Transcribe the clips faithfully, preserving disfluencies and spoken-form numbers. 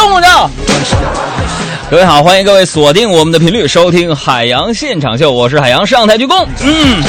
动着。各位好，欢迎各位锁定我们的频率，收听海洋现场秀，我是海洋，上台鞠躬。嗯。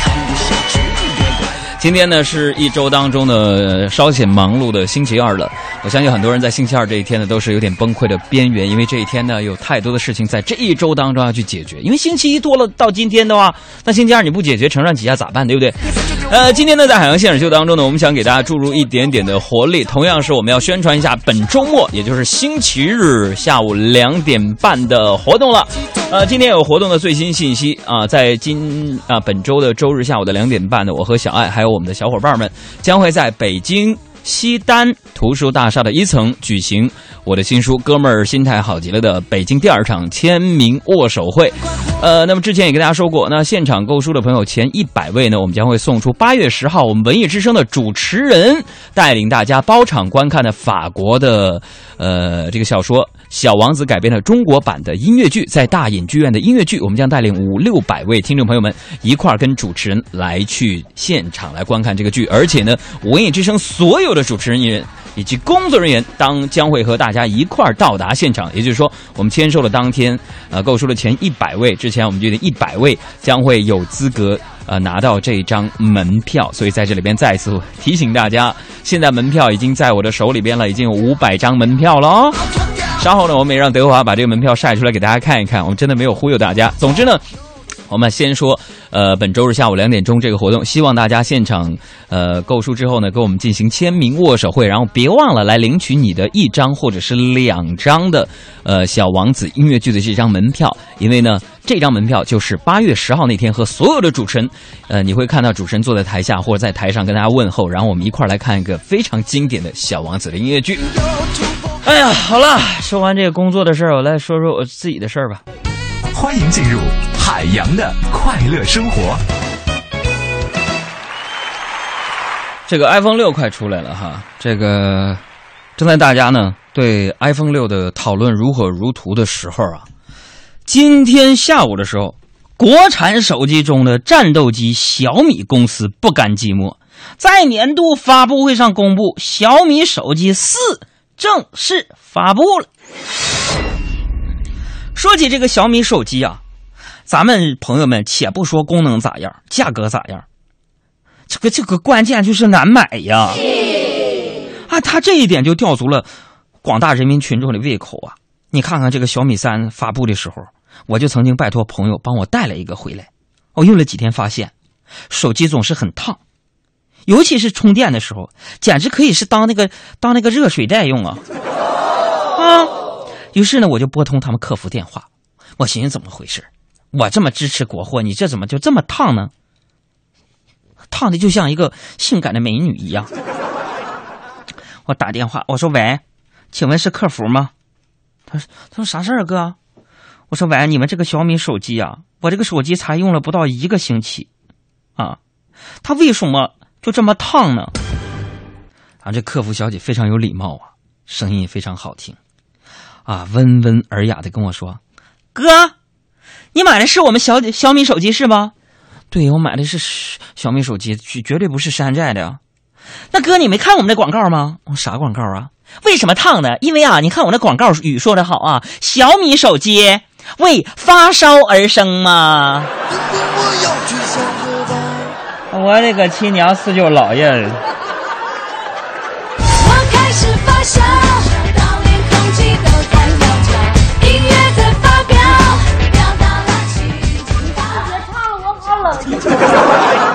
今天呢是一周当中的稍显忙碌的星期二了，我相信很多人在星期二这一天呢都是有点崩溃的边缘，因为这一天呢有太多的事情在这一周当中要去解决。因为星期一多了到今天的话，那星期二你不解决承上启下咋办，对不对？呃，今天呢在海洋现场秀当中呢，我们想给大家注入一点点的活力，同样是我们要宣传一下本周末，也就是星期日下午两点半的活动了。呃，今天有活动的最新信息啊，在今啊本周的周日下午的两点半呢，我和小爱还有我们的小伙伴们将会在北京西单图书大厦的一层举行我的新书《哥们儿心态好极了》的北京第二场签名握手会。呃，那么之前也跟大家说过，那现场购书的朋友前一百位呢，我们将会送出八月十号我们文艺之声的主持人带领大家包场观看的法国的呃这个小说《小王子》改编的中国版的音乐剧，在大隐剧院的音乐剧，我们将带领五六百位听众朋友们一块儿跟主持人来去现场来观看这个剧，而且呢，文艺之声所有的主持人人以及工作人员当将会和大家一块儿到达现场，也就是说，我们签售的当天，呃，购书的前一百位，之前我们决定一百位将会有资格呃拿到这张门票，所以在这里边再次提醒大家，现在门票已经在我的手里边了，已经有五百张门票了哦。稍后呢，我们也让德华把这个门票晒出来给大家看一看，我们真的没有忽悠大家。总之呢，我们先说，呃，本周日下午两点钟这个活动，希望大家现场呃购书之后呢，跟我们进行签名握手会，然后别忘了来领取你的一张或者是两张的呃小王子音乐剧的这张门票，因为呢，这张门票就是八月十号那天和所有的主持人，呃，你会看到主持人坐在台下或者在台上跟大家问候，然后我们一块来看一个非常经典的小王子的音乐剧。哎呀，好了，说完这个工作的事儿，我来说说我自己的事儿吧。 欢迎进入海洋的快乐生活。 这个 iPhone 六快出来了哈，这个正在大家呢对 iPhone 六的讨论如火如荼的时候啊，今天下午的时候，国产手机中的战斗机小米公司不甘寂寞，在年度发布会上公布小米手机四正式发布了。说起这个小米手机啊，咱们朋友们且不说功能咋样，价格咋样，这个这个关键就是难买呀！啊，他这一点就吊足了广大人民群众的胃口啊！你看看这个小米三发布的时候，我就曾经拜托朋友帮我带了一个回来，我用了几天发现，手机总是很烫，尤其是充电的时候，简直可以是当那个当那个热水袋用啊！啊！于是呢，我就拨通他们客服电话，我寻思怎么回事？我这么支持国货，你这怎么就这么烫呢？烫的就像一个性感的美女一样。我打电话，我说喂，请问是客服吗？他说他说啥事儿哥？我说喂，你们这个小米手机啊，我这个手机才用了不到一个星期啊，它为什么就这么烫呢？啊，这客服小姐非常有礼貌啊，声音也非常好听啊，温文尔雅的跟我说，哥，你买的是我们小小米手机是吗？对，我买的是小米手机，绝对不是山寨的呀。那哥，你没看我们的广告吗？啥广告啊？为什么烫呢？因为啊，你看我的广告语说的好啊，小米手机为发烧而生嘛。我这个亲娘四舅姥爷。 我开始发烧，到连空气都在摇脚，音乐在发飙，飙到了七情八。别唱了，我好冷。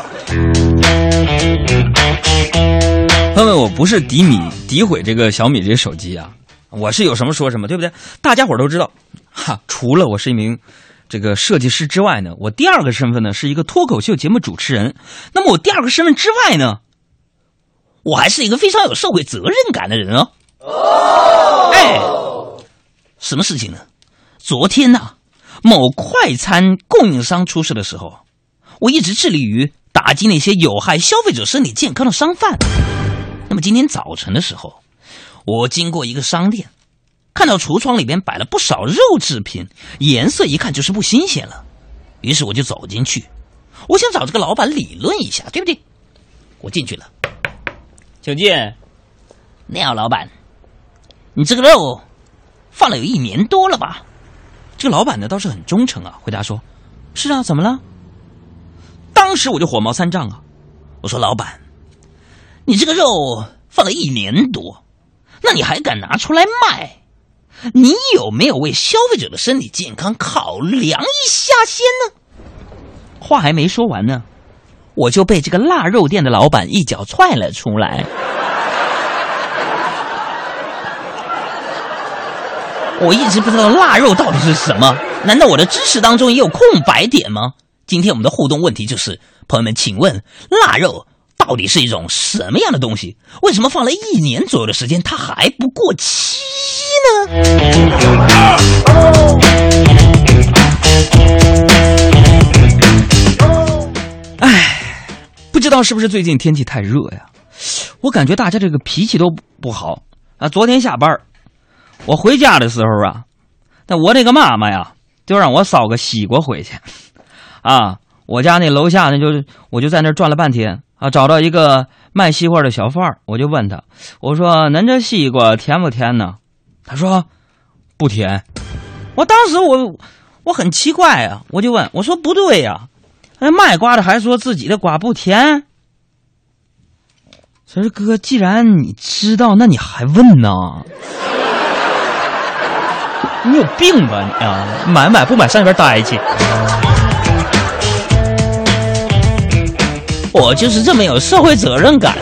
朋友们，我不是诋米诋毁这个小米这个手机啊，我是有什么说什么，对不对？大家伙都知道，哈，除了我是一名这个设计师之外呢，我第二个身份呢是一个脱口秀节目主持人。那么我第二个身份之外呢，我还是一个非常有社会责任感的人哦。哦，哎，什么事情呢？昨天呢、啊，某快餐供应商出事的时候，我一直致力于打击那些有害消费者身体健康的商贩。那么今天早晨的时候，我经过一个商店，看到橱窗里边摆了不少肉制品，颜色一看就是不新鲜了。于是我就走进去，我想找这个老板理论一下，对不对？我进去了，请进。你好，老板， 你这个肉放了有一年多了吧？这个老板呢倒是很忠诚啊，回答说：“是啊，怎么了？”当时我就火冒三丈啊，我说：“老板，你这个肉放了一年多，那你还敢拿出来卖？你有没有为消费者的身体健康考量一下先呢？”话还没说完呢，我就被这个腊肉店的老板一脚踹了出来。我一直不知道腊肉到底是什么，难道我的知识当中也有空白点吗？今天我们的互动问题就是，朋友们，请问腊肉到底是一种什么样的东西？为什么放了一年左右的时间，它还不过期呢？哎，不知道是不是最近天气太热呀？我感觉大家这个脾气都不好啊。昨天下班我回家的时候啊，那我这个妈妈呀，就让我烧个西瓜回去啊。我家那楼下呢，就是我就在那转了半天啊，找到一个卖西瓜的小贩，我就问他，我说：“恁这西瓜甜不甜呢？”他说：“不甜。”我当时我我很奇怪啊，我就问我说：“不对呀、啊，卖瓜的还说自己的瓜不甜。”他说：“哥，既然你知道，那你还问呢？你有病吧你啊！买买不买上一边待去。”我就是这么有社会责任感。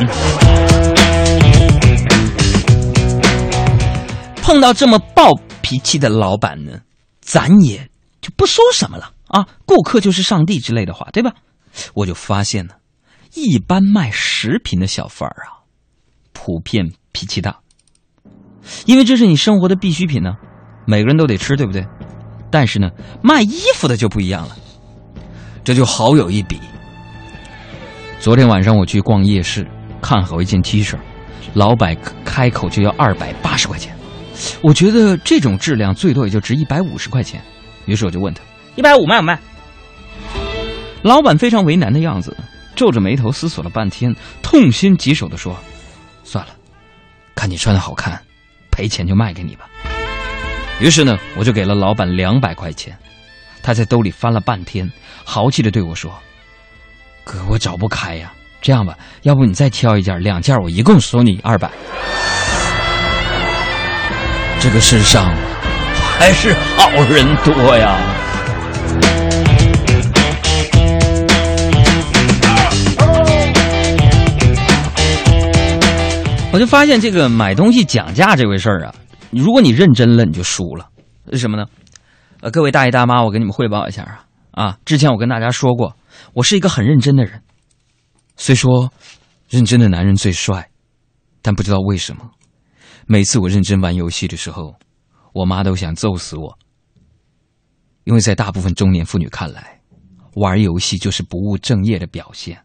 碰到这么暴脾气的老板呢，咱也就不说什么了啊，顾客就是上帝之类的话，对吧？我就发现呢，一般卖食品的小贩啊，普遍脾气大，因为这是你生活的必需品呢，每个人都得吃，对不对？但是呢，卖衣服的就不一样了，这就好有一比。昨天晚上我去逛夜市，看好一件 T 恤，老板开口就要二百八十块钱，我觉得这种质量最多也就值一百五十块钱，于是我就问他：“一百五卖不卖？”老板非常为难的样子，皱着眉头思索了半天，痛心疾首地说：“算了，看你穿的好看，赔钱就卖给你吧。”于是呢，我就给了老板两百块钱，他在兜里翻了半天，豪气地对我说：“哥，我找不开呀，这样吧，要不你再挑一件，两件我一共收你二百。”这个世上还是好人多呀。我就发现这个买东西讲价这回事儿啊，如果你认真了，你就输了。为什么呢？呃，各位大爷大妈，我跟你们汇报一下啊啊！之前我跟大家说过，我是一个很认真的人。虽说认真的男人最帅，但不知道为什么，每次我认真玩游戏的时候，我妈都想揍死我。因为在大部分中年妇女看来，玩游戏就是不务正业的表现。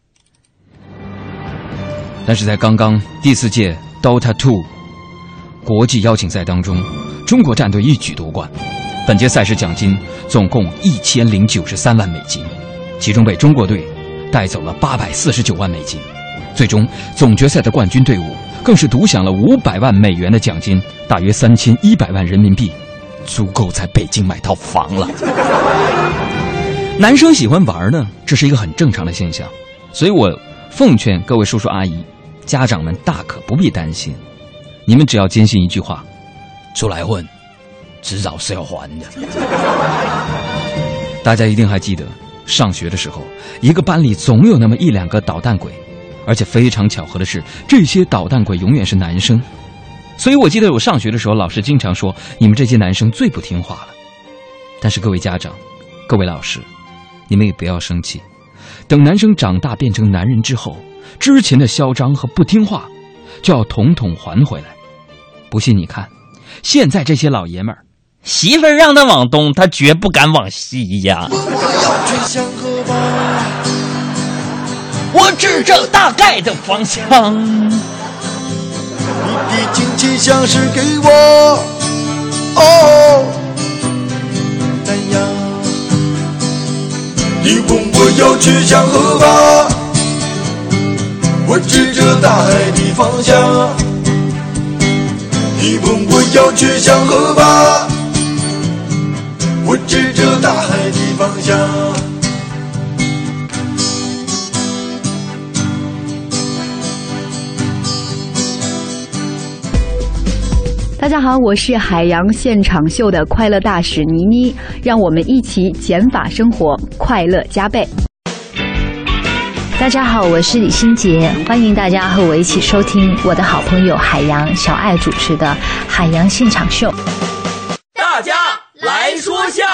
但是在刚刚第四届 Dota 二国际邀请赛当中，中国战队一举夺冠，本届赛事奖金总共一千零九十三万美金，其中被中国队带走了八百四十九万美金，最终总决赛的冠军队伍更是独享了五百万美元的奖金，大约三千一百万人民币，足够在北京买套房了。男生喜欢玩呢，这是一个很正常的现象，所以我奉劝各位叔叔阿姨、家长们大可不必担心，你们只要坚信一句话：出来混，迟早是要还的。大家一定还记得，上学的时候，一个班里总有那么一两个捣蛋鬼，而且非常巧合的是，这些捣蛋鬼永远是男生。所以我记得我上学的时候，老师经常说你们这些男生最不听话了。但是各位家长、各位老师，你们也不要生气，等男生长大变成男人之后，之前的嚣张和不听话就要统统还回来。不信你看，现在这些老爷们儿，媳妇儿让他往东，他绝不敢往西呀。我指着大概的方向， 你的亲戚像是给我哦南洋。你问我要去向何方，我指着大海的方向。你你问我要去向何方，我指着大海的方向。 大家好，我是海洋现场秀的快乐大使倪妮，让我们一起减法生活，快乐加倍。 大家好，我是李心洁，欢迎大家和我一起收听我的好朋友海洋小爱主持的海洋现场秀。 大家来说笑。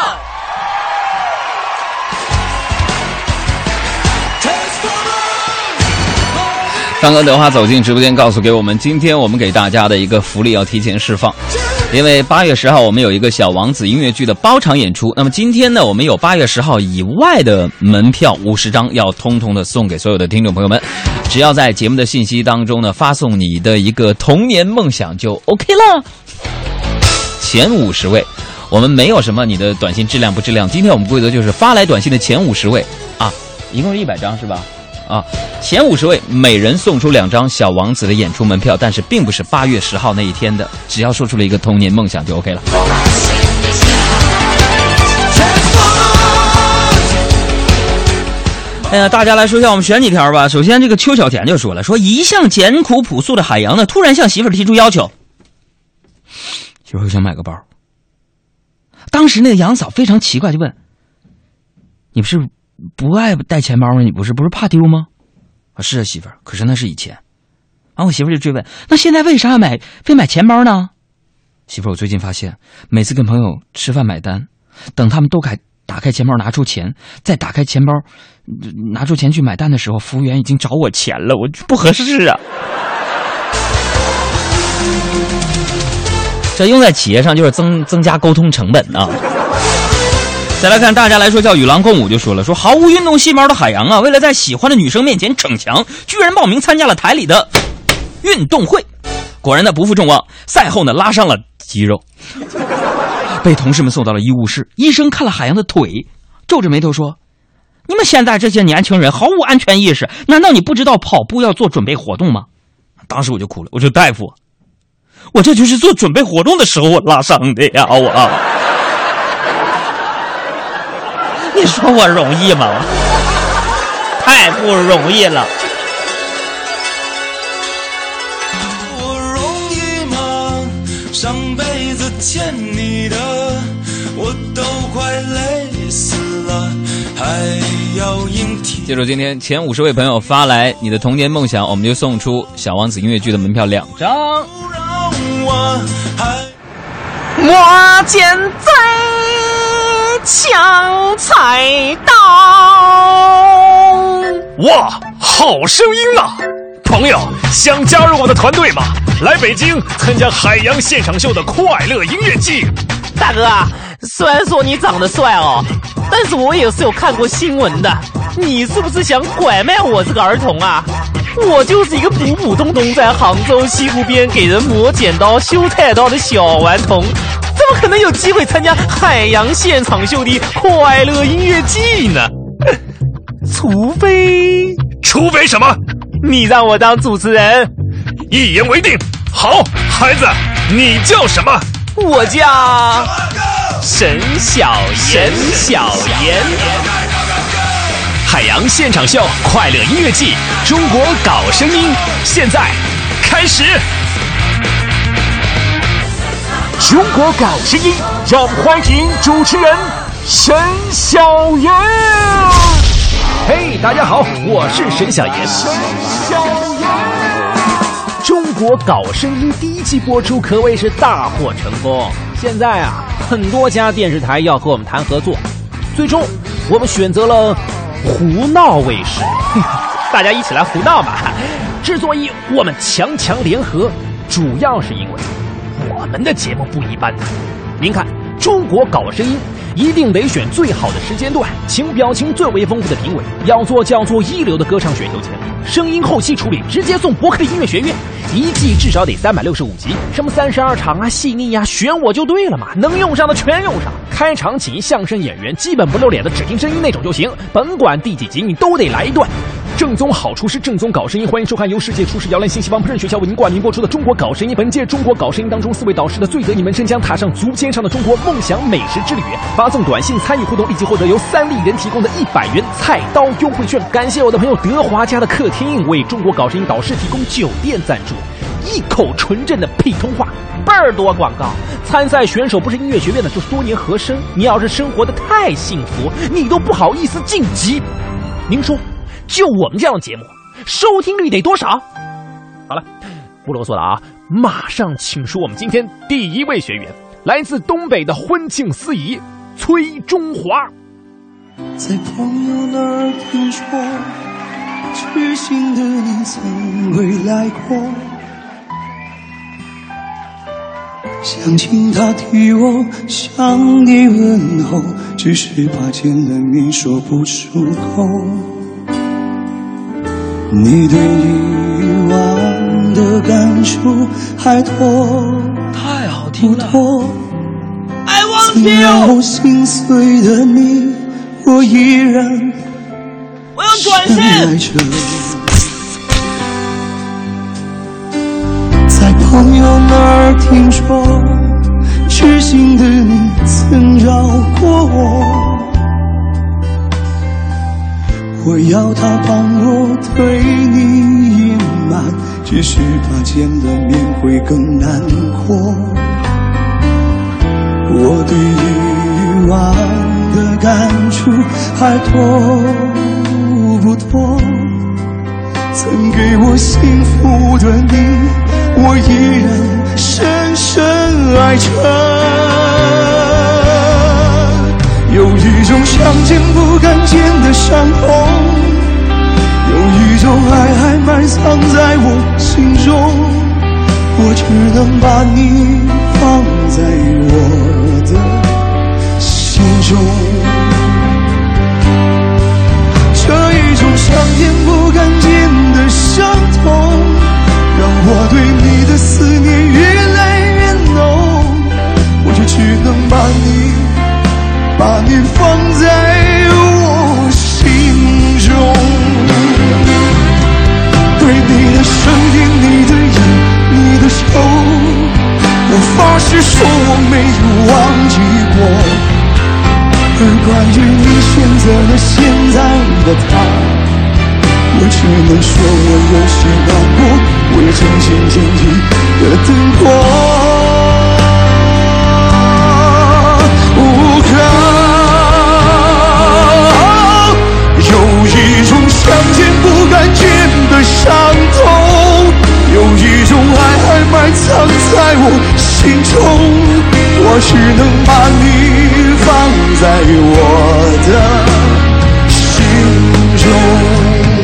张哥的话走进直播间，告诉给我们，今天我们给大家的一个福利要提前释放，因为八月十号我们有一个小王子音乐剧的包场演出。那么今天呢，我们有八月十号以外的门票五十张，要通通的送给所有的听众朋友们。只要在节目的信息当中呢，发送你的一个童年梦想就 OK 了。前五十位，我们没有什么你的短信质量不质量，今天我们规则就是发来短信的前五十位啊，一共是一百张是吧？啊，前五十位每人送出两张小王子的演出门票，但是并不是八月十号那一天的，只要说出了一个童年梦想就 OK 了。哎呀，大家来说一下，我们选几条吧。首先，这个邱小田就说了，说一向简朴朴素的海洋呢，突然向媳妇儿提出要求，媳妇儿想买个包。当时那个杨嫂非常奇怪，就问：“你不是不爱带钱包吗？你不是不是怕丢吗？”啊，是啊，媳妇儿，可是那是以前。然后我媳妇儿就追问：“那现在为啥买非买钱包呢？”媳妇儿，我最近发现，每次跟朋友吃饭买单，等他们都开打开钱包拿出钱，再打开钱包拿出钱去买单的时候，服务员已经找我钱了，我不合适啊。这用在企业上就是增增加沟通成本啊。再来看大家来说叫与狼共舞，就说了说毫无运动细胞的海洋啊，为了在喜欢的女生面前逞强，居然报名参加了台里的运动会，果然呢不负众望，赛后呢拉伤了肌肉，被同事们送到了医务室。医生看了海洋的腿，皱着眉头说：“你们现在这些年轻人毫无安全意识，难道你不知道跑步要做准备活动吗？”当时我就哭了，我说：“大夫，我这就是做准备活动的时候我拉伤的呀，我。”你说我容易吗？太不容易了。 我容易吗？上辈子欠你的，我都快累死了，还要硬挺。 记住，今天前五十位朋友发来你的童年梦想，我们就送出小王子音乐剧的门票两张。 我现在抢菜刀。 哇，好声音呐！朋友，想加入我的团队吗？来北京参加海洋现场秀的快乐音乐季。 大哥啊，虽然说你长得帅哦，但是我也是有看过新闻的。你是不是想拐卖我这个儿童啊？我就是一个普普通通在杭州西湖边给人磨剪刀、修菜刀的小顽童，怎么可能有机会参加海洋现场秀的快乐音乐季呢？除非…… 除非什么？ 你让我当主持人。 一言为定。好，孩子，你叫什么？ 我叫沈小沈小妍。 海洋现场秀快乐音乐季，中国搞声音，现在开始。中国搞声音，让我们欢迎主持人沈小妍。 嘿，大家好，我是沈小妍。 沈小妍。中国搞声音第一季播出可谓是大获成功。现在啊，很多家电视台要和我们谈合作，最终我们选择了胡闹卫视。大家一起来胡闹嘛！之所以我们强强联合，主要是因为我们的节目不一般呐。您看，中国搞声音一定得选最好的时间段，请表情最为丰富的评委，要做叫做一流的歌唱选秀节目，声音后期处理直接送伯克利音乐学院，一季至少得三百六十五集，什么三十二场啊、细腻啊，选我就对了嘛，能用上的全用上。开场请相声演员基本不露脸的只听声音那种就行，甭管第几集你都得来一段。 正宗好厨师，正宗搞声音，欢迎收看由世界厨师摇篮新希望烹饪学校为您冠名播出的《中国搞声音》。本届中国搞声音当中，四位导师的最得意门生将踏上足尖上的中国梦想美食之旅。发送短信参与互动，立即获得由三立人提供的一百元菜刀优惠券。感谢我的朋友德华家的客厅为中国搞声音导师提供酒店赞助。一口纯正的普通话，倍儿多广告。参赛选手不是音乐学院的，就是多年和声。你要是生活的太幸福，你都不好意思晋级。您说，就我们这样的节目，收听率得多少？好了，不啰嗦了啊，马上请出我们今天第一位学员，来自东北的婚庆司仪崔中华。 在朋友那儿听说，痴心的你曾回来过，想请他替我向你问候，只是怕见了面说不出口。你对以往的感触还拖太好听了， I want you。让我心碎的你，我依然我要转身。 在朋友那儿听说，痴心的你曾饶过我，我要他帮我对你隐瞒，只是怕见了面会更难过。我对以往的感触还多不多？曾给我幸福的你，我依然深深爱着。有一种想见不敢见的伤痛，有一种爱还埋藏在我心中，我只能把你放在我的心中。这一种想见不敢见的伤痛，让我对你的思念越来越浓，我就只能把你把你放在我心中。对你的声音，你的影，你的手，我发誓说我没有忘记过。而关于你选择了现在的他，我只能说我有些难过，我也真心真意的等过。无可，有一种想见不敢见的伤痛，有一种爱还埋藏在我心中，我只能把你放在我的心中。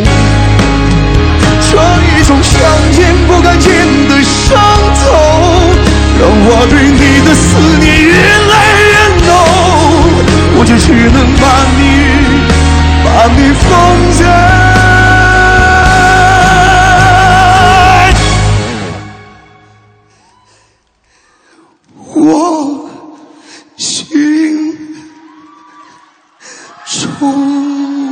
这一种想见不敢见的伤痛，让我对你的思念越来越浓，我就只能把你把你放在我心中。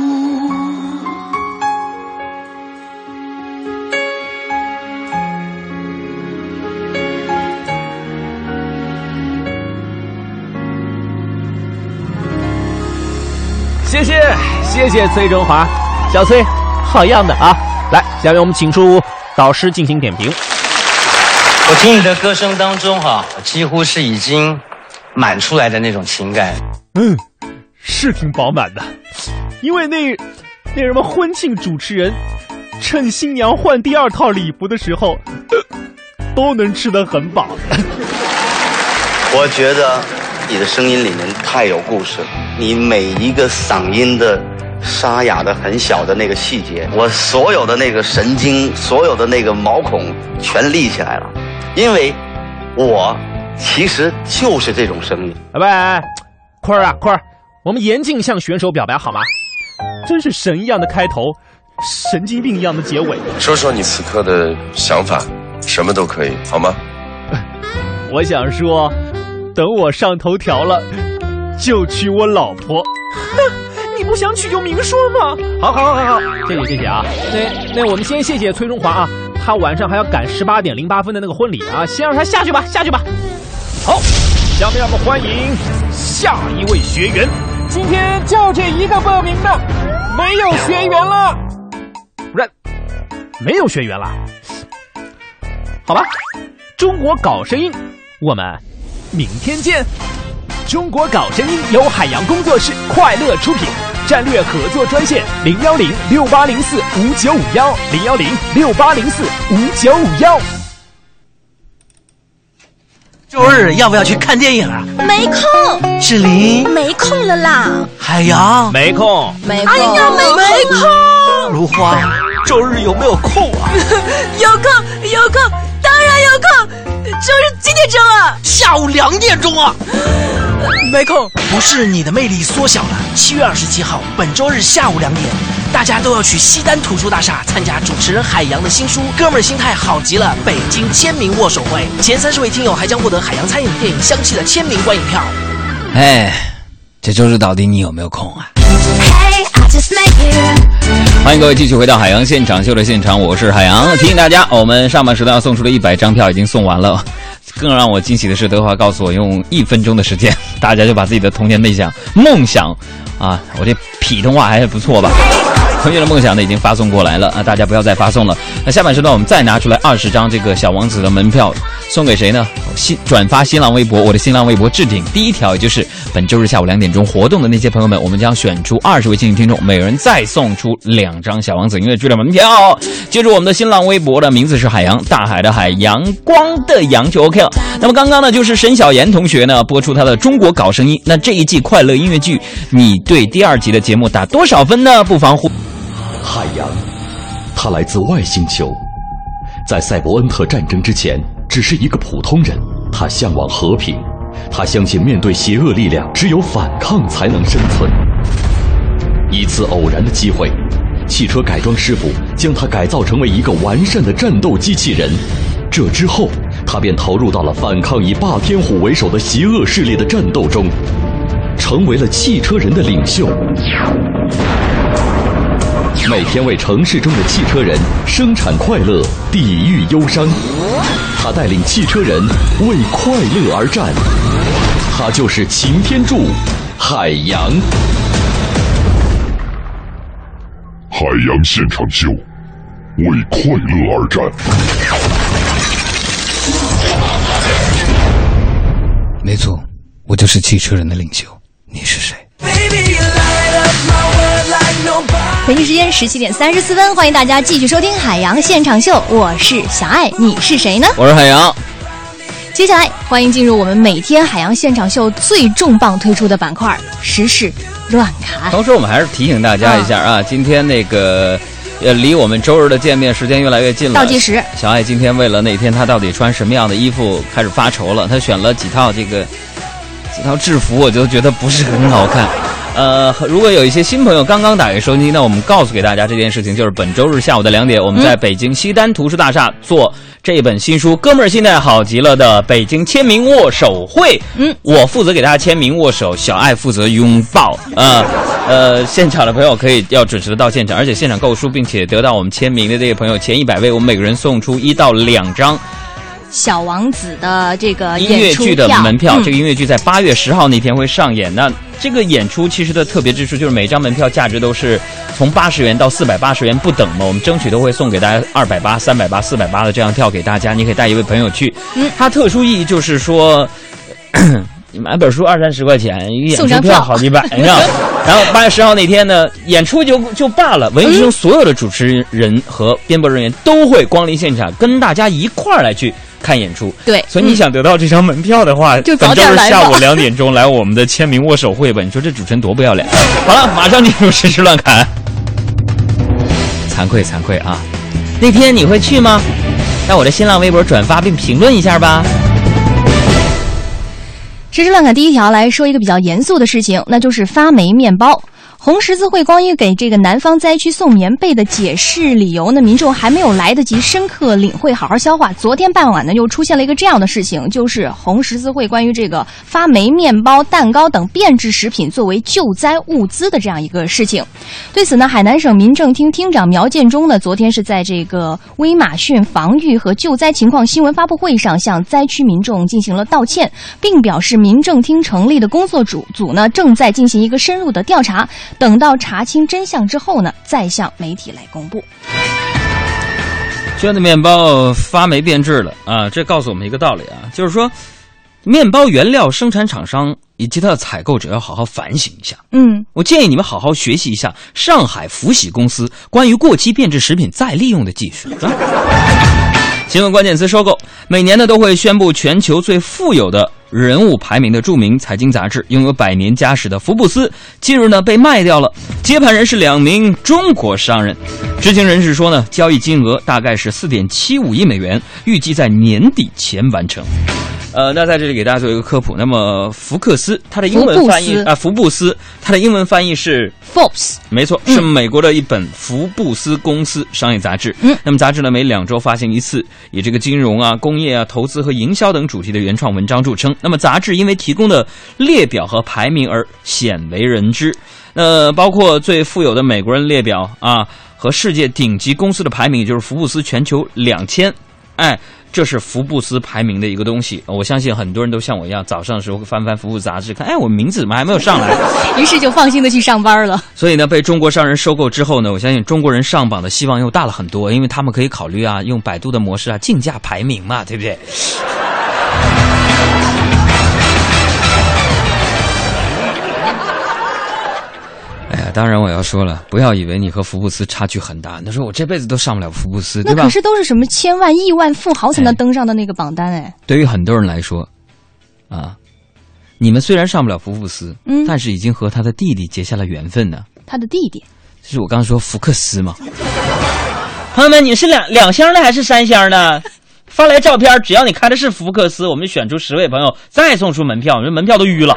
谢谢谢谢崔中华，小崔，好样的啊！来，下面我们请出导师进行点评。 我听你的歌声当中哈，几乎是已经满出来的那种情感。 嗯，是挺饱满的，因为那那什么婚庆主持人趁新娘换第二套礼服的时候，呃、都能吃得很饱。 我觉得你的声音里面太有故事了，你每一个嗓音的沙哑的很小的那个细节，我所有的那个神经，所有的那个毛孔全立起来了，因为我其实就是这种声音。 喂，坤儿啊，坤儿，我们严禁向选手表白好吗？真是神一样的开头，神经病一样的结尾。 说说你此刻的想法，什么都可以，好吗？ 我想说，等我上头条了，就娶我老婆。 你不想娶就明说嘛。好好好好好，谢谢谢谢啊。那那我们先谢谢崔中华啊，他晚上还要赶十八点零八分的那个婚礼啊，先让他下去吧，下去吧。好，下面让我们欢迎下一位学员。今天就这一个报名的，没有学员了。不是，没有学员了。好吧，中国搞声音，我们明天见。中国搞声音由海洋工作室快乐出品，战略合作专线零幺零六八零四五九五幺零幺零六八零四五九五幺。 周日要不要去看电影啊？ 没空。 志玲没空了啦。 海洋没空。 没空。哎呀，没空。 没空。如花，周日有没有空啊？ 有空，有空，当然有空。周日几点钟啊？ 下午两点钟啊。 没空。 不是你的魅力缩小了。七月二十七号，本周日下午两点，大家都要去西单图书大厦参加主持人海洋的新书《哥们儿心态好极了》北京签名握手会，前三十位听友还将获得海洋餐饮电影香气的签名观影票。 哎，这周日到底你有没有空啊？欢迎各位继续回到海洋现场秀的现场，我是海洋。提醒大家，我们上半时段要送出的一百张票已经送完了。更让我惊喜的是，德华告诉我用一分钟的时间，大家就把自己的童年梦想梦想啊，我这普通话还是不错吧。同学的梦想呢已经发送过来了啊，大家不要再发送了。那下半时段我们再拿出来二十张这个小王子的门票，送给谁呢？新转发新浪微博，我的新浪微博置顶第一条，也就是本周日下午两点钟活动的那些朋友们，我们将选出二十位幸运听众，每人再送出两张小王子音乐剧的门票。记住我们的新浪微博的名字是海洋，大海的海，阳光的阳就 OK 了。那么刚刚呢，就是沈小妍同学呢播出他的中国搞声音。那这一季快乐音乐剧，你对第二集的节目打多少分呢？不妨互。 海洋，他来自外星球，在赛博恩特战争之前只是一个普通人，他向往和平，他相信面对邪恶力量只有反抗才能生存。一次偶然的机会，汽车改装师傅将他改造成为一个完善的战斗机器人，这之后他便投入到了反抗以霸天虎为首的邪恶势力的战斗中，成为了汽车人的领袖，每天为城市中的汽车人生产快乐，抵御忧伤。他带领汽车人为快乐而战，他就是擎天柱海洋。 海洋现场秀，为快乐而战。 没错，我就是汽车人的领袖。你是谁？ 北京时间十七点三十四分，欢迎大家继续收听海洋现场秀，我是小爱，你是谁呢？ 我是海洋。 接下来欢迎进入我们每天海洋现场秀最重磅推出的板块时事乱侃。 同时我们还是提醒大家一下啊，嗯、今天那个呃离我们周日的见面时间越来越近了， 倒计时。 小爱今天为了那天她到底穿什么样的衣服开始发愁了，她选了几套这个几套制服，我就觉得不是很好看。呃，如果有一些新朋友刚刚打开收音机，那我们告诉给大家这件事情，就是本周日下午的两点，我们在北京西单图书大厦做这本新书《哥们儿心态好极了》的北京签名握手会。嗯，我负责给大家签名握手，小爱负责拥抱。呃呃，现场的朋友可以要准时的到现场，而且现场购书并且得到我们签名的这个朋友前一百位，我们每个人送出一到两张。 小王子的这个音乐剧的门票， 嗯、 这个音乐剧在八月十号那天会上演。那这个演出其实的特别之处就是每张门票价值都是从八十元到四百八十元不等嘛，我们争取都会送给大家二百八、三百八、四百八的这样票给大家，你可以带一位朋友去。嗯，它特殊意义就是说，你买本书二三十块钱，一个演出票好几百，是吧？然后八月十号那天呢，演出就就罢了，文艺之声所有的主持人和编播人员都会光临现场，跟大家一块儿来去看演出。 对， 所以你想得到这张门票的话， 就本周日下午两点钟来我们的签名握手会吧。你说这主持人多不要脸！好了，马上进入时事乱侃。惭愧惭愧啊！那天你会去吗？在我的新浪微博转发并评论一下吧。 时事乱侃第一条来说一个比较严肃的事情，那就是发霉面包。 红十字会关于给这个南方灾区送棉被的解释理由呢，民众还没有来得及深刻领会、好好消化。昨天傍晚呢，又出现了一个这样的事情，就是红十字会关于这个发霉面包、蛋糕等变质食品作为救灾物资的这样一个事情。对此呢，海南省民政厅厅长苗建中呢，昨天是在这个威马逊防御和救灾情况新闻发布会上向灾区民众进行了道歉，并表示民政厅成立的工作组组呢正在进行一个深入的调查。等到查清真相之后呢，再向媒体来公布。 圈的面包发霉变质了啊！这告诉我们一个道理啊，就是说，面包原料生产厂商以及它的采购者要好好反省一下。 嗯， 我建议你们好好学习一下上海福喜公司关于过期变质食品再利用的技术。啊、新闻关键词收购，每年呢都会宣布全球最富有的人物排名的著名财经杂志，拥有百年家史的福布斯近日呢被卖掉了，接盘人是两名中国商人。知情人士说呢，交易金额大概是 四点七五亿美元，预计在年底前完成。呃，那在这里给大家做一个科普。那么福克斯，它的英文翻译啊，福布斯，它的英文翻译是 Forbes， 没错，是美国的一本福布斯公司商业杂志。嗯，那么杂志呢每两周发行一次，以这个金融啊、工业啊、投资和营销等主题的原创文章著称。那么杂志因为提供的列表和排名而鲜为人知。那包括最富有的美国人列表啊，和世界顶级公司的排名，也就是福布斯全球两千，哎。这是福布斯排名的一个东西，我相信很多人都像我一样，早上的时候会翻翻福布斯杂志，看，哎，我名字怎么还没有上来？ 于是就放心的去上班了。 所以呢，被中国商人收购之后呢，我相信中国人上榜的希望又大了很多，因为他们可以考虑啊，用百度的模式啊，竞价排名嘛，对不对？哎呀，当然我要说了，不要以为你和福布斯差距很大。他说我这辈子都上不了福布斯，对吧？ 那可是都是什么千万亿万富豪才能登上的那个榜单哎。哎对于很多人来说，啊，你们虽然上不了福布斯，嗯，但是已经和他的弟弟结下了缘分呢。 他的弟弟， 就是我刚刚说福克斯嘛。朋友们，你是两两箱的还是三箱的？发来照片，只要你开的是福克斯，我们选出十位朋友，再送出门票，你们门票都淤了。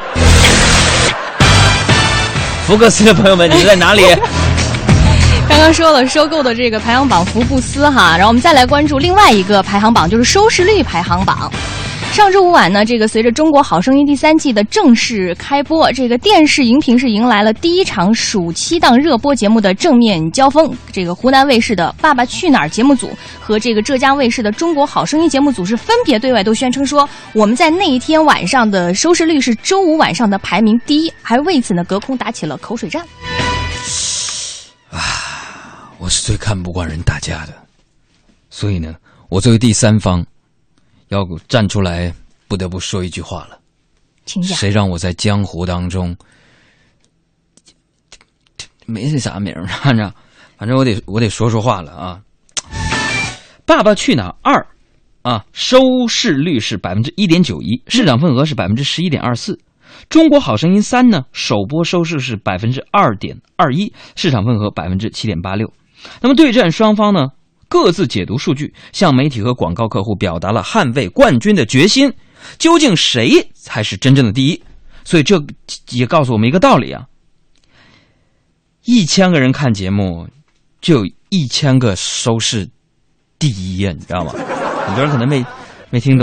福克斯的朋友们，你们在哪里？ 刚刚说了收购的这个排行榜福布斯哈，然后我们再来关注另外一个排行榜，就是收视率排行榜。上周五晚呢，这个随着《中国好声音》第三季的正式开播，这个电视荧屏是迎来了第一场暑期档热播节目的正面交锋。这个湖南卫视的《爸爸去哪儿》节目组和这个浙江卫视的《中国好声音》节目组是分别对外都宣称说，我们在那一天晚上的收视率是周五晚上的排名第一，还为此呢隔空打起了口水战。 啊，我是最看不惯人打架的，所以呢，我作为第三方。要站出来，不得不说一句话了。 请讲。 谁让我在江湖当中没这啥名儿，反正反正我得我得说说话了啊！爸爸去哪儿二啊，收视率是百分之一点九一，市场份额是百分之十一点二四。中国好声音三呢，首播收视是百分之二点二一，市场份额百分之七点八六。那么对战双方呢？各自解读数据，向媒体和广告客户表达了捍卫冠军的决心。究竟谁才是真正的第一？所以这也告诉我们一个道理啊：一千个人看节目，就有一千个收视第一呀，你知道吗？很多人可能没没听懂。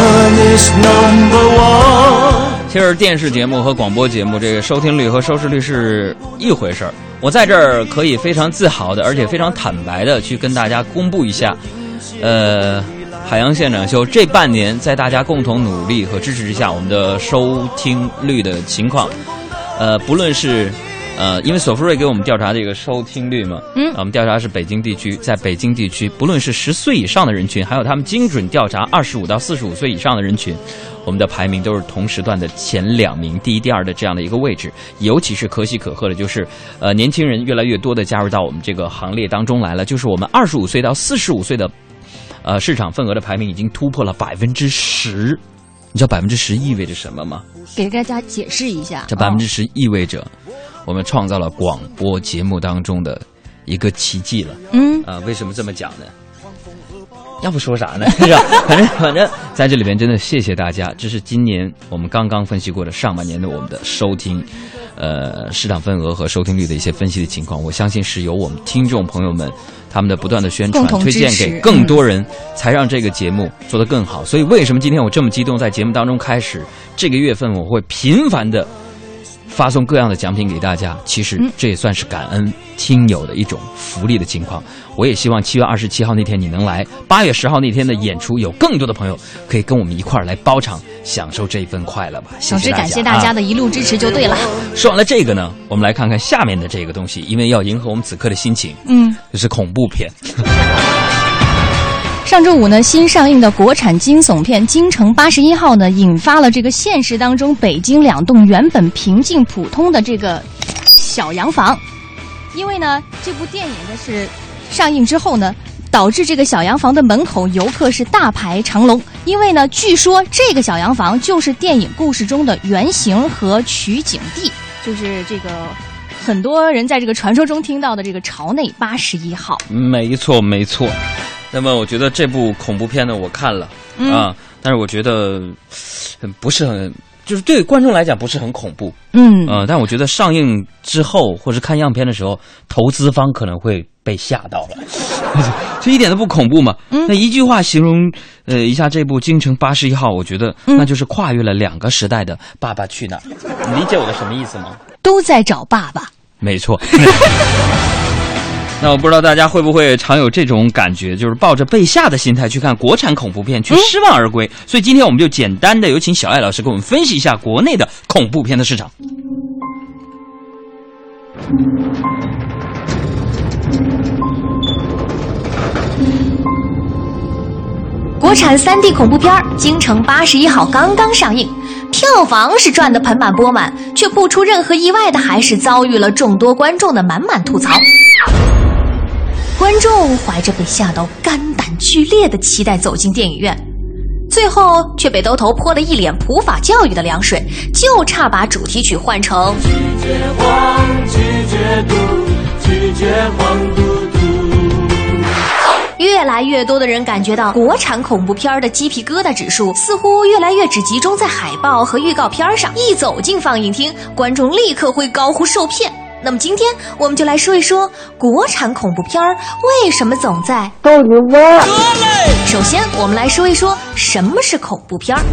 其实电视节目和广播节目，这个收听率和收视率是一回事儿。我在这儿可以非常自豪的，而且非常坦白的去跟大家公布一下，呃，海洋现场秀这半年在大家共同努力和支持之下，我们的收听率的情况，呃，不论是呃，因为索福瑞给我们调查这个收听率嘛，嗯，我们调查是北京地区，在北京地区，不论是十岁以上的人群，还有他们精准调查二十五到四十五岁以上的人群。我们的排名都是同时段的前两名，第一、第二的这样的一个位置。尤其是可喜可贺的，就是呃，年轻人越来越多的加入到我们这个行列当中来了。就是我们二十五岁到四十五岁的，呃，市场份额的排名已经突破了百分之十。你知道百分之十意味着什么吗？ 给大家解释一下。 这百分之十意味着我们创造了广播节目当中的一个奇迹了。嗯，啊、呃，为什么这么讲呢？要不说啥呢？是吧？反正反正在这里边真的谢谢大家，这是今年我们刚刚分析过的上半年的我们的收听， 呃市场份额和收听率的一些分析的情况，我相信是由我们听众朋友们他们的不断的宣传推荐给更多人，才让这个节目做得更好。所以为什么今天我这么激动，在节目当中开始这个月份我会频繁的发送各样的奖品给大家，其实这也算是感恩听友的一种福利的情况。我也希望七月二十七号那天你能来，八月十号那天的演出有更多的朋友可以跟我们一块儿来包场，享受这一份快乐吧。谢谢大家， 总之感谢大家的一路支持就对了。 啊、说完了这个呢，我们来看看下面的这个东西，因为要迎合我们此刻的心情， 嗯， 就是恐怖片。 上周五呢，新上映的国产惊悚片《京城八十一号》呢，引发了这个现实当中北京两栋原本平静普通的这个小洋房，因为呢，这部电影的是上映之后呢，导致这个小洋房的门口游客是大排长龙。因为呢，据说这个小洋房就是电影故事中的原型和取景地，就是这个很多人在这个传说中听到的这个朝内八十一号。 没错，没错。那么我觉得这部恐怖片呢，我看了、嗯、啊，但是我觉得不是很，就是对观众来讲不是很恐怖， 嗯呃，但我觉得上映之后或是看样片的时候，投资方可能会被吓到了，这一点都不恐怖嘛。嗯、那一句话形容呃一下这部《京城八十一号》，我觉得那就是跨越了两个时代的《爸爸去哪儿》。你理解我的什么意思吗？ 都在找爸爸。 没错。那我不知道大家会不会常有这种感觉，就是抱着被吓的心态去看国产恐怖片，却失望而归。嗯、所以今天我们就简单的有请小艾老师给我们分析一下国内的恐怖片的市场。 国产三 D 恐怖片《京城八十一号》刚刚上映，票房是赚得盆满钵满，却不出任何意外的，还是遭遇了众多观众的满满吐槽。观众怀着被吓到肝胆俱裂的期待走进电影院，最后却被兜头泼了一脸普法教育的凉水，就差把主题曲换成拒绝黄拒绝毒拒绝黄嘟嘟。越来越多的人感觉到国产恐怖片的鸡皮疙瘩指数似乎越来越只集中在海报和预告片上，一走进放映厅，观众立刻会高呼受骗。那么今天我们就来说一说国产恐怖片为什么总在逗你玩。首先我们来说一说什么是恐怖片。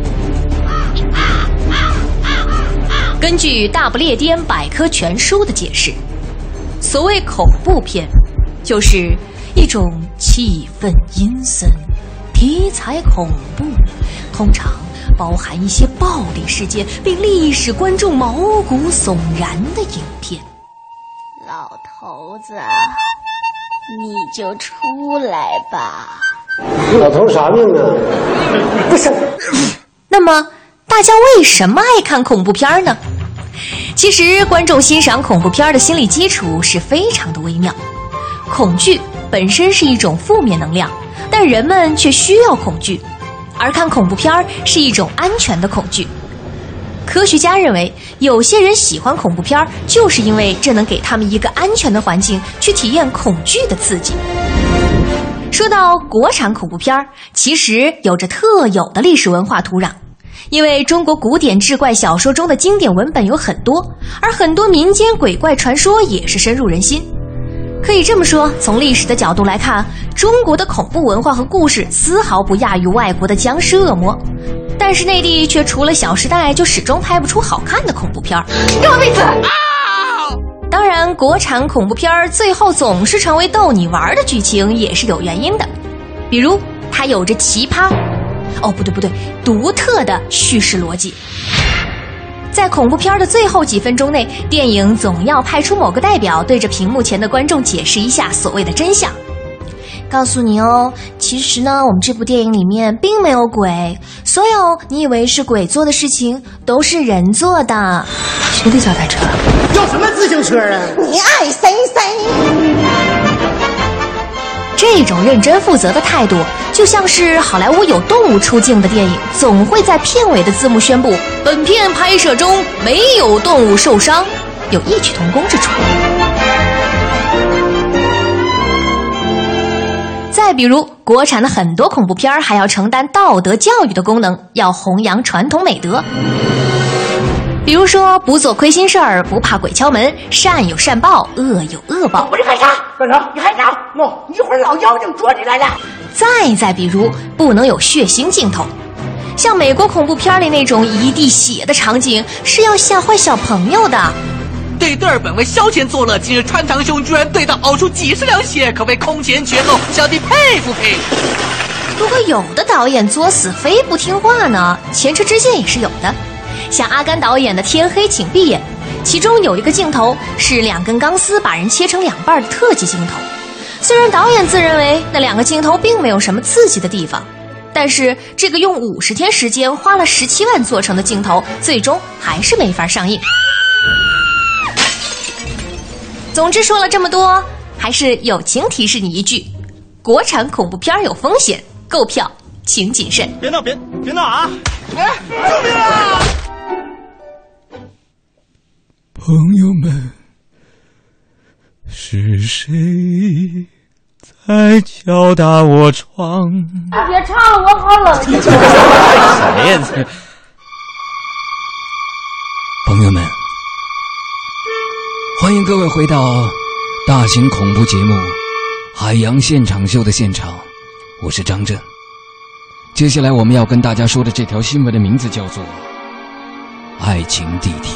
根据大不列颠百科全书的解释，所谓恐怖片就是一种气氛阴森、题材恐怖，通常包含一些暴力事件，并立意使观众毛骨悚然的影片。 老头子，你就出来吧。 老头啥命啊？不是。 那么大家为什么爱看恐怖片呢？其实观众欣赏恐怖片的心理基础是非常的微妙。恐惧本身是一种负面能量，但人们却需要恐惧，而看恐怖片是一种安全的恐惧。科学家认为，有些人喜欢恐怖片，就是因为这能给他们一个安全的环境去体验恐惧的刺激。说到国产恐怖片，其实有着特有的历史文化土壤，因为中国古典志怪小说中的经典文本有很多，而很多民间鬼怪传说也是深入人心。可以这么说，从历史的角度来看，中国的恐怖文化和故事丝毫不亚于外国的僵尸恶魔，但是内地却除了《小时代》就始终拍不出好看的恐怖片。给我闭嘴！当然，国产恐怖片最后总是成为逗你玩的剧情也是有原因的，比如它有着奇葩，哦不对不对，独特的叙事逻辑。在恐怖片的最后几分钟内，电影总要派出某个代表对着屏幕前的观众解释一下所谓的真相。告诉你哦，其实呢，我们这部电影里面并没有鬼，所有你以为是鬼做的事情都是人做的。谁的脚踏车？ 要什么自行车啊？ 你爱谁谁。 这种认真负责的态度，就像是好莱坞有动物出镜的电影，总会在片尾的字幕宣布本片拍摄中没有动物受伤，有异曲同工之处。再比如，国产的很多恐怖片还要承担道德教育的功能，要弘扬传统美德。 比如说，不做亏心事儿，不怕鬼敲门，善有善报，恶有恶报。 我这干啥？干啥？你害啥？喏，一会儿老妖精捉你来了。 再再比如，不能有血腥镜头，像美国恐怖片里那种一地血的场景，是要吓坏小朋友的。 这对儿本为消遣作乐，今日穿堂兄居然对他熬出几十两血，可谓空前绝后，小弟佩服佩服。 不过有的导演作死非不听话呢，前车之鉴也是有的。像阿甘导演的《天黑请闭眼》，其中有一个镜头是两根钢丝把人切成两半的特技镜头。虽然导演自认为那两个镜头并没有什么刺激的地方，但是这个用五十天时间花了十七万做成的镜头，最终还是没法上映。总之说了这么多，还是友情提示你一句：国产恐怖片有风险，购票请谨慎。 别闹，别别闹啊！哎，救命啊！ 朋友们，是谁在敲打我窗？ 别唱了，我好冷。 谁呀？这朋友们，欢迎各位回到大型恐怖节目《海洋现场秀》的现场，我是张震。接下来我们要跟大家说的这条新闻的名字叫做《爱情地铁》。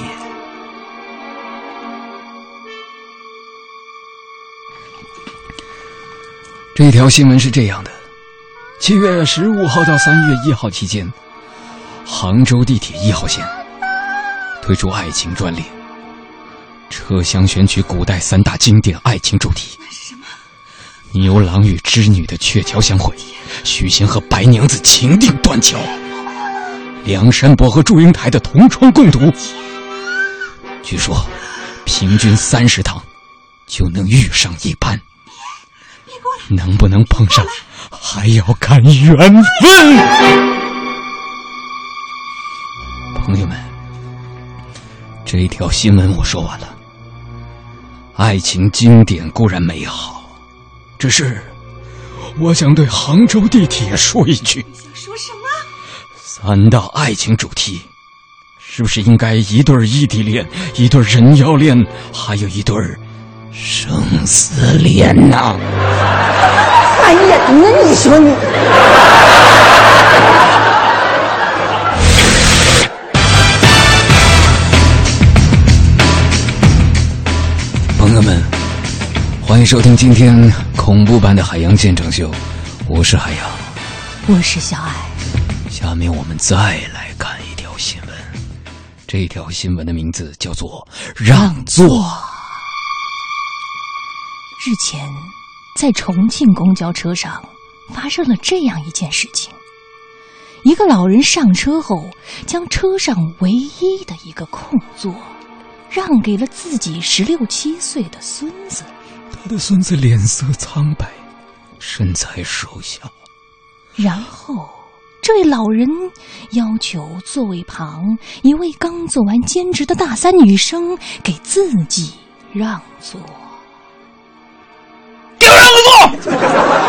这条新闻是这样的：七月十五号到三月一号期间，杭州地铁一号线推出爱情专列，车厢选取古代三大经典爱情主题：牛郎与织女的鹊桥相会，许仙和白娘子情定断桥，梁山伯和祝英台的同窗共读。据说平均三十趟就能遇上一班，能不能碰上还要看缘分。朋友们，这一条新闻我说完了。爱情经典固然美好，只是我想对杭州地铁说一句： 说什么？ 三大爱情主题是不是应该一对异地恋，一对人妖恋，还有一对生死恋呢？ 哎呀，你说你朋友们，欢迎收听今天恐怖版的海洋现场秀，我是海洋， 我是小爱。 下面我们再来看一条新闻，这条新闻的名字叫做让座。 日前在重庆公交车上发生了这样一件事情，一个老人上车后将车上唯一的一个空座让给了自己十六七岁的孙子。 他的孙子脸色苍白，身材瘦小， 然后这位老人要求座位旁一位刚做完兼职的大三女生给自己让座。 给我让个座！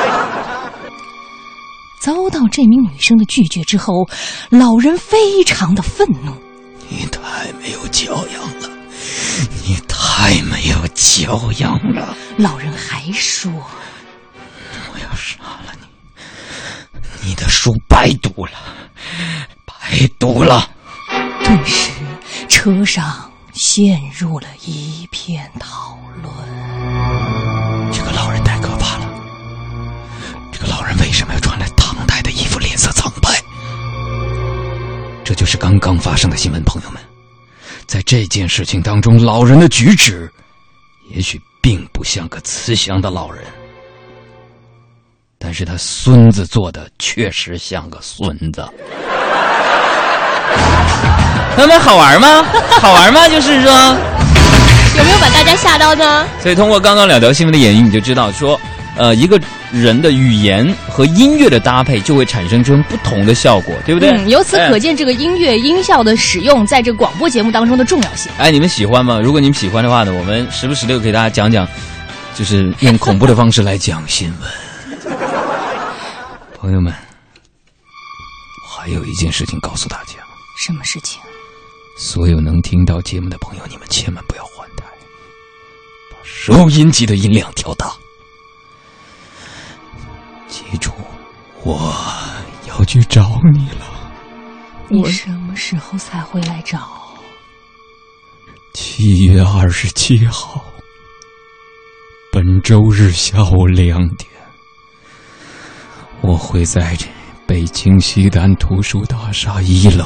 遭到这名女生的拒绝之后，老人非常的愤怒。 你太没有教养了，你太没有教养了。 老人还说： 我要杀了你，你的书白读了，白读了。 顿时车上陷入了一片讨论。 这个老人太可怕了，这个老人为什么要穿了唐代的衣服，脸色苍白？这就是刚刚发生的新闻，朋友们。在这件事情当中，老人的举止也许并不像个慈祥的老人，但是他孙子做的确实像个孙子。朋友们，好玩吗？好玩吗？就是说有没有把大家吓到呢？ 所以通过刚刚两条新闻的演绎，你就知道说呃，一个人的语言和音乐的搭配就会产生出不同的效果，对不对？ 嗯，由此可见，这个音乐音效的使用在这个广播节目当中的重要性。 哎，你们喜欢吗？如果你们喜欢的话呢，我们时不时的给大家讲讲，就是用恐怖的方式来讲新闻。朋友们，还有一件事情告诉大家。 什么事情？ 所有能听到节目的朋友，你们千万不要换台，把收音机的音量调大。记住，我要去找你了。 你什么时候才会来找？ 七月二十七号，本周日下午两点，我会在北京西单图书大厦一楼。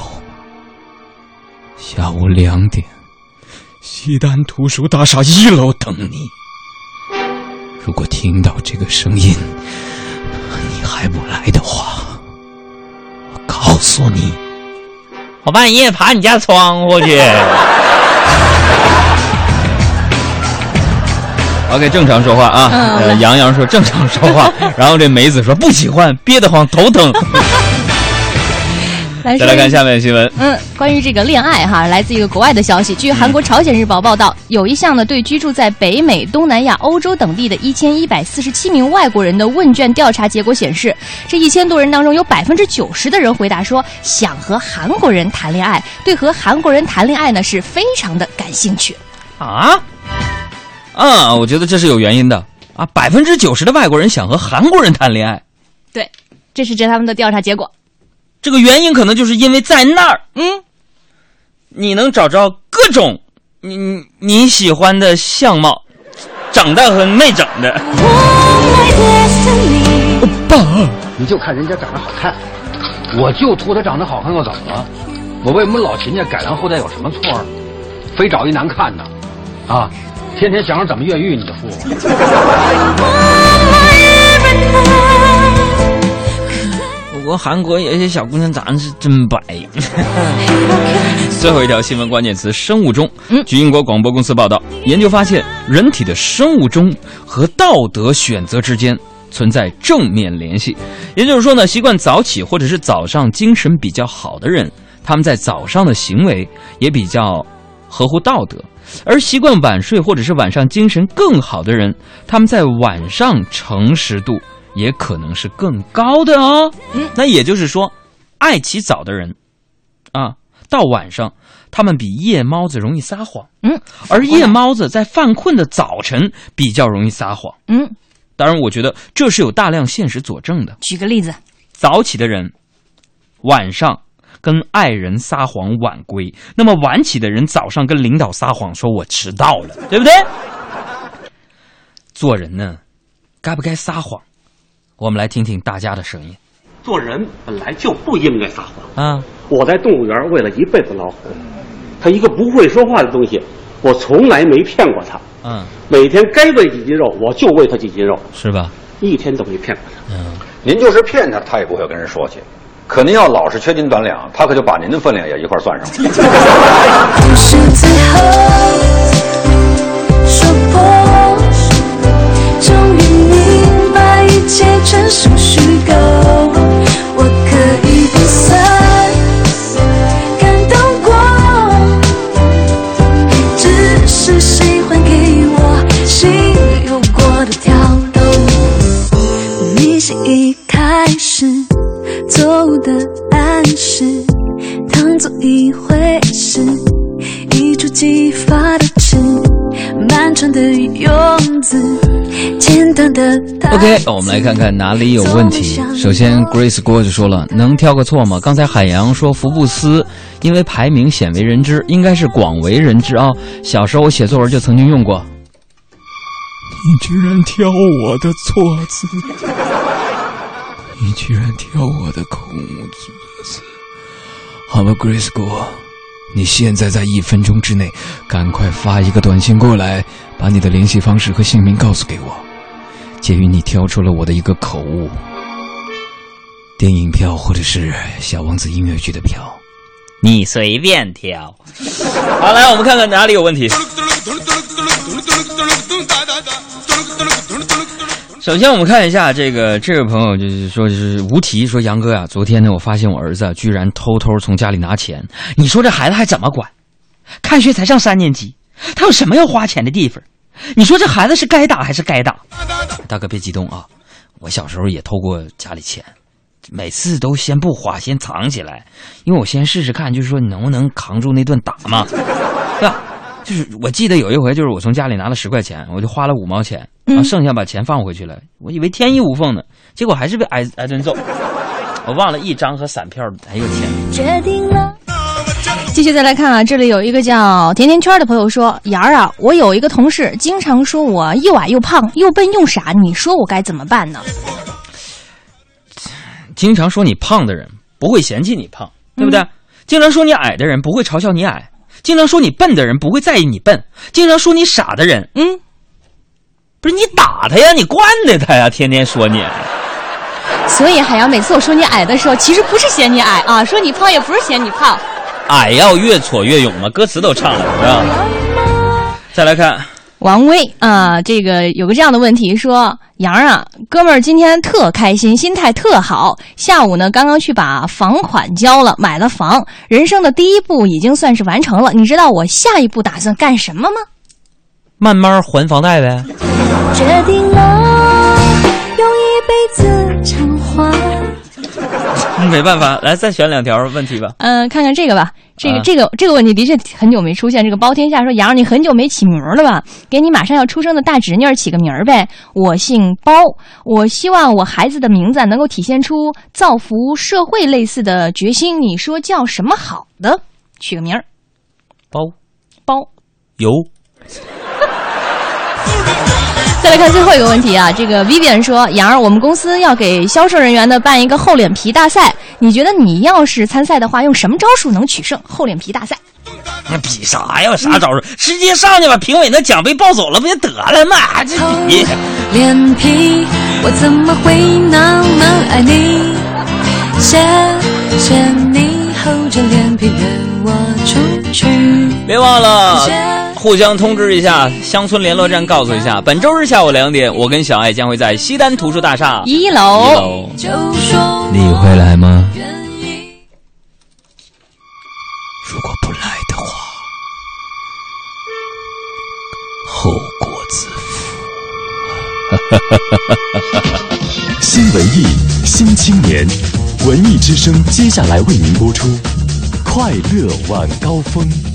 下午两点，西单图书大厦一楼等你。如果听到这个声音，你还不来的话，我告诉你， 我半夜爬你家窗户去。 OK， 正常说话啊。 嗯、 呃，杨洋说正常说话，然后这梅子说不喜欢，憋得慌，头疼。 来再来看下面的新闻。 嗯，关于这个恋爱哈，来自一个国外的消息。据韩国《朝鲜日报》报道，嗯、有一项呢对居住在北美、东南亚、欧洲等地的一千一百四十七名外国人的问卷调查结果显示，这一千多人当中有百分之九十的人回答说想和韩国人谈恋爱，对和韩国人谈恋爱呢是非常的感兴趣。 啊啊，我觉得这是有原因的啊！百分之九十的外国人想和韩国人谈恋爱， 对，这是这他们的调查结果。 这个原因可能就是因为在那儿，嗯，你能找着各种你你喜欢的相貌，长得和没长的。 欧巴，你就看人家长得好看，我就图他长得好看又怎么了？我为我们老秦家改良后代有什么错？非找一难看的，啊，天天想着怎么越狱你的父不过韩国有一些小姑娘长得是真白。最后一条新闻关键词：生物钟。据英国广播公司报道，研究发现，人体的生物钟和道德选择之间存在正面联系。也就是说呢，习惯早起或者是早上精神比较好的人，他们在早上的行为也比较合乎道德；而习惯晚睡或者是晚上精神更好的人，他们在晚上诚实度也可能是更高的哦。嗯，那也就是说，爱起早的人，啊，到晚上他们比夜猫子容易撒谎。嗯，而夜猫子在犯困的早晨比较容易撒谎。嗯，当然，我觉得这是有大量现实佐证的。 举个例子， 早起的人晚上跟爱人撒谎晚归，那么晚起的人早上跟领导撒谎说我迟到了，对不对？做人呢，该不该撒谎？我们来听听大家的声音。 做人本来就不应该撒谎啊！ 我在动物园喂了一辈子老虎，它一个不会说话的东西，我从来没骗过它。嗯，每天该喂几斤肉，我就喂它几斤肉， 是吧？ 一天都没骗过它。 嗯，您就是骗他，他也不会跟人说去。可您要老是缺斤短两，他可就把您的分量也一块算上了。 故事最后说破，终于明白一切全属虚构。我可以不算感动过，只是喜欢给我心有过的跳动。你是一开始做的暗示，当作一回事，一触即发的痴，漫长的用字，简短的 OK， 我们来看看哪里有问题。首先 Grace 郭就说了，能挑个错吗？刚才海洋说福布斯因为排名鲜为人知，应该是广为人知啊、哦。小时候我写作文就曾经用过。 你居然挑我的错字，你居然挑我的空字。好吧 Grace 郭，你现在在一分钟之内赶快发一个短信过来，把你的联系方式和姓名告诉给我。鉴于你挑出了我的一个口误，电影票或者是小王子音乐剧的票， 你随便挑。 好，来我们看看哪里有问题。首先我们看一下这个这位朋友，就是说就是无题说，杨哥啊，昨天呢我发现我儿子居然偷偷从家里拿钱，你说这孩子还怎么管？开学才上三年级，他有什么要花钱的地方？你说这孩子是该打还是该打？大哥别激动啊，我小时候也偷过家里钱， 每次都先不花，先藏起来，因为我先试试看，就是说你能不能扛住那顿打嘛，对吧？就是我记得有一回，就是我从家里拿了十块钱，我就花了五毛钱，然后剩下把钱放回去了，我以为天衣无缝呢，结果还是被挨挨顿揍。我忘了一张和散票，哎呦天！ 决定了。继续再来看啊，这里有一个叫甜甜圈的朋友说：“瑶儿啊，我有一个同事经常说我又矮又胖又笨又傻，你说我该怎么办呢？” 经常说你胖的人不会嫌弃你胖，对不对？嗯、经常说你矮的人不会嘲笑你矮，经常说你笨的人不会在意你笨，经常说你傻的人，嗯，不是你打他呀，你惯着他呀，天天说你。 所以海洋每次我说你矮的时候，其实不是嫌你矮啊，说你胖也不是嫌你胖。 矮要越挫越勇嘛，歌词都唱了，是吧？再来看王威啊，这个有个这样的问题说：杨啊，哥们儿今天特开心，心态特好。下午呢，刚刚去把房款交了，买了房，人生的第一步已经算是完成了。你知道我下一步打算干什么吗？ 慢慢还房贷呗。 决定了，用一辈子偿还。 没办法，来再选两条问题吧。 嗯、呃，看看这个吧。这个、 啊、 这个这个问题的确很久没出现。这个包天下说：“杨儿，你很久没起名了吧？给你马上要出生的大侄女儿起个名儿呗。我姓包，我希望我孩子的名字能够体现出造福社会类似的决心。你说叫什么好的？取个名儿。 包包油。” 再来看最后一个问题啊，这个 Vivian 说：“杨儿，我们公司要给销售人员呢办一个厚脸皮大赛，你觉得你要是参赛的话，用什么招数能取胜？厚脸皮大赛？ 那比啥呀？啥招数？嗯、直接上去把评委那奖杯抱走了，不就得了吗？这比脸皮，我怎么会那么爱你？谢谢你厚着脸皮约我出去。 别忘了。”互相通知一下，乡村联络站告诉一下，本周日下午两点，我跟小爱将会在西单图书大厦一楼。 一楼，你会来吗？ 如果不来的话，后果自负。新文艺，新青年，文艺之声接下来为您播出《快乐晚高峰》。